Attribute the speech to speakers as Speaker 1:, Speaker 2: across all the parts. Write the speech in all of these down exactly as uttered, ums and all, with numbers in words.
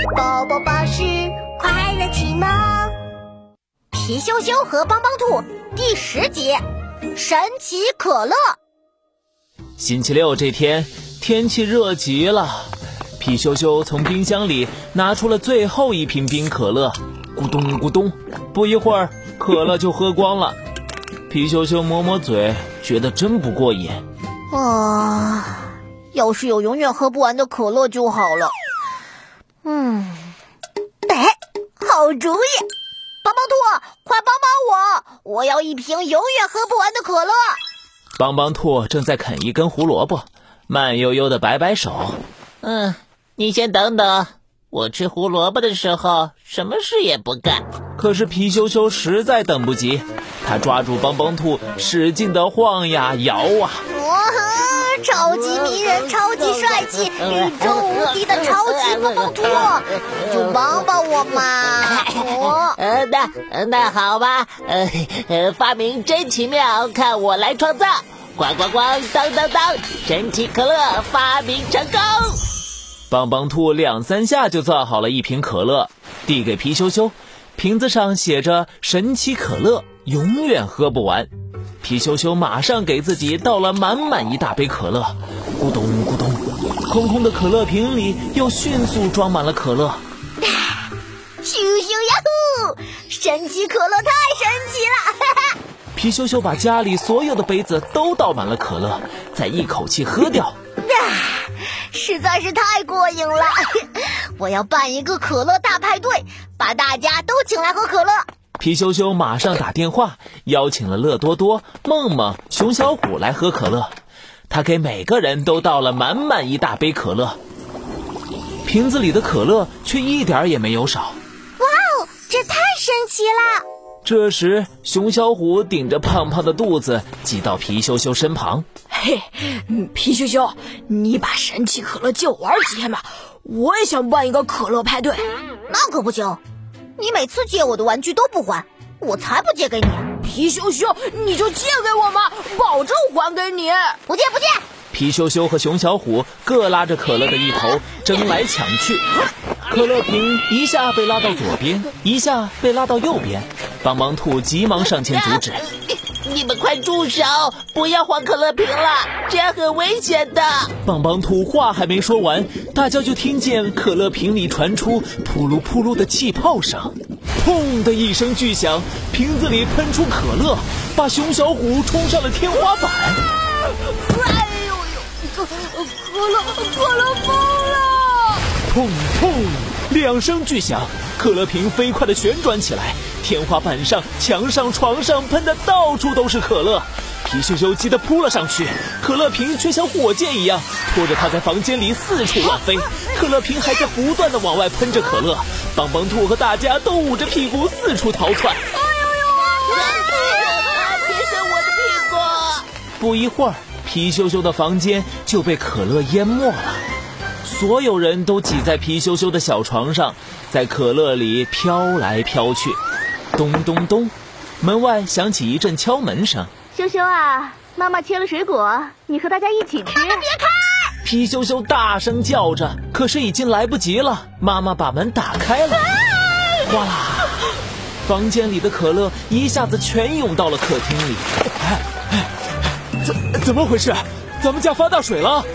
Speaker 1: 宝宝巴士快乐启蒙，皮羞羞和帮帮兔第十集，神奇可乐。
Speaker 2: 星期六这天，天气热极了，皮羞羞从冰箱里拿出了最后一瓶冰可乐，咕咚咕咚，不一会儿可乐就喝光了。皮羞羞抹抹嘴，觉得真不过瘾。
Speaker 1: 啊，要是有永远喝不完的可乐就好了。嗯，哎，好主意！帮帮兔，快帮帮我！我要一瓶永远喝不完的可乐。
Speaker 2: 帮帮兔正在啃一根胡萝卜，慢悠悠的摆摆手。
Speaker 3: 嗯，你先等等，我吃胡萝卜的时候什么事也不干。
Speaker 2: 可是皮羞羞实在等不及，他抓住帮帮兔，使劲的晃呀摇啊。
Speaker 1: 哇，超级迷人，超级帅气，宇宙无敌的超级帮帮兔，就帮帮我嘛！我
Speaker 3: 呃，那那好吧，呃呃，发明真奇妙，看我来创造！咣咣咣，当当当，神奇可乐发明成功！
Speaker 2: 帮帮兔两三下就造好了一瓶可乐，递给皮羞羞，瓶子上写着神奇可乐，永远喝不完。皮羞羞马上给自己倒了满满一大杯可乐，咕咚咕咚，空空的可乐瓶里又迅速装满了可乐。
Speaker 1: 咻咻呀呼！神奇可乐太神奇了！哈哈！
Speaker 2: 皮羞羞把家里所有的杯子都倒满了可乐，再一口气喝掉。
Speaker 1: 啊，实在是太过瘾了！我要办一个可乐大派对，把大家都请来喝可乐。
Speaker 2: 皮羞羞马上打电话邀请了乐多多、梦梦、熊小虎来喝可乐，他给每个人都倒了满满一大杯可乐，瓶子里的可乐却一点也没有少。
Speaker 1: 哇哦，这太神奇了！
Speaker 2: 这时熊小虎顶着胖胖的肚子挤到皮羞羞身旁。
Speaker 4: 嘿，皮羞羞，你把神奇可乐借我玩几天吧，我也想办一个可乐派对。
Speaker 1: 那可不行，你每次借我的玩具都不还，我才不借给你。
Speaker 4: 皮羞羞，你就借给我嘛，保证还给你。
Speaker 1: 不借不借！
Speaker 2: 皮羞羞和熊小虎各拉着可乐的一头争来抢去，可乐瓶一下被拉到左边，一下被拉到右边。帮帮兔急忙上前阻止。
Speaker 3: 你们快住手，不要晃可乐瓶了，这样很危险的。
Speaker 2: 帮帮兔话还没说完，大家就听见可乐瓶里传出扑噜扑噜的气泡声，砰的一声巨响，瓶子里喷出可乐，把熊小虎冲上了天花板。
Speaker 4: 哎呦呦，可可乐可乐疯了！
Speaker 2: 砰砰两声巨响，可乐瓶飞快地旋转起来，天花板上、墙上、床上喷的到处都是可乐。皮羞羞急得扑了上去，可乐瓶却像火箭一样拖着他在房间里四处乱飞，可乐瓶还在不断地往外喷着可乐。帮帮兔和大家都捂着屁股四处逃窜。
Speaker 4: 哎呦呦！
Speaker 3: 别伤我的屁股！
Speaker 2: 不一会儿，皮羞羞的房间就被可乐淹没了。所有人都挤在皮羞羞的小床上，在可乐里飘来飘去。咚咚咚，门外响起一阵敲门声。
Speaker 5: 羞羞啊，妈妈切了水果，你和大家一起吃。
Speaker 1: 妈妈别开！
Speaker 2: 皮羞羞大声叫着，可是已经来不及了。妈妈把门打开了，哗啦，房间里的可乐一下子全涌到了客厅里。哎哎，怎怎么回事？咱们家发大水了！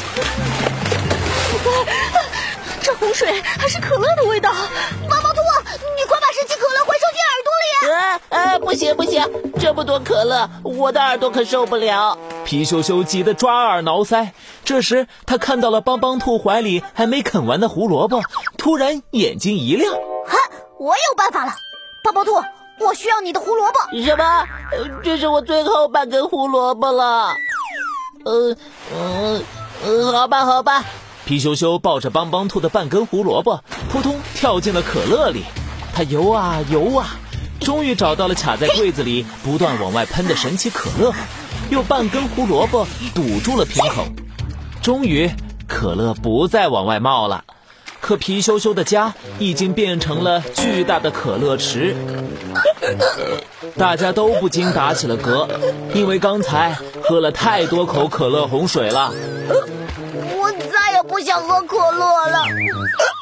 Speaker 5: 这洪水还是可乐的味道。
Speaker 1: 帮帮兔，你快把神奇可乐回收进耳朵里。
Speaker 3: 啊啊！不行不行，这么多可乐，我的耳朵可受不了。
Speaker 2: 皮羞羞急得抓耳挠腮。这时他看到了帮帮兔怀里还没啃完的胡萝卜，突然眼睛一亮。
Speaker 1: 哈，我有办法了！帮帮兔，我需要你的胡萝卜。
Speaker 3: 什么？这是我最后半根胡萝卜了。呃呃呃，好吧好吧。
Speaker 2: 皮羞羞抱着帮帮兔的半根胡萝卜，扑通跳进了可乐里。他游啊游啊，终于找到了卡在柜子里不断往外喷的神奇可乐，用半根胡萝卜堵住了瓶口。终于，可乐不再往外冒了。可皮羞羞的家已经变成了巨大的可乐池，大家都不禁打起了嗝，因为刚才喝了太多口可乐洪水了。
Speaker 1: 我再也不想喝可乐了。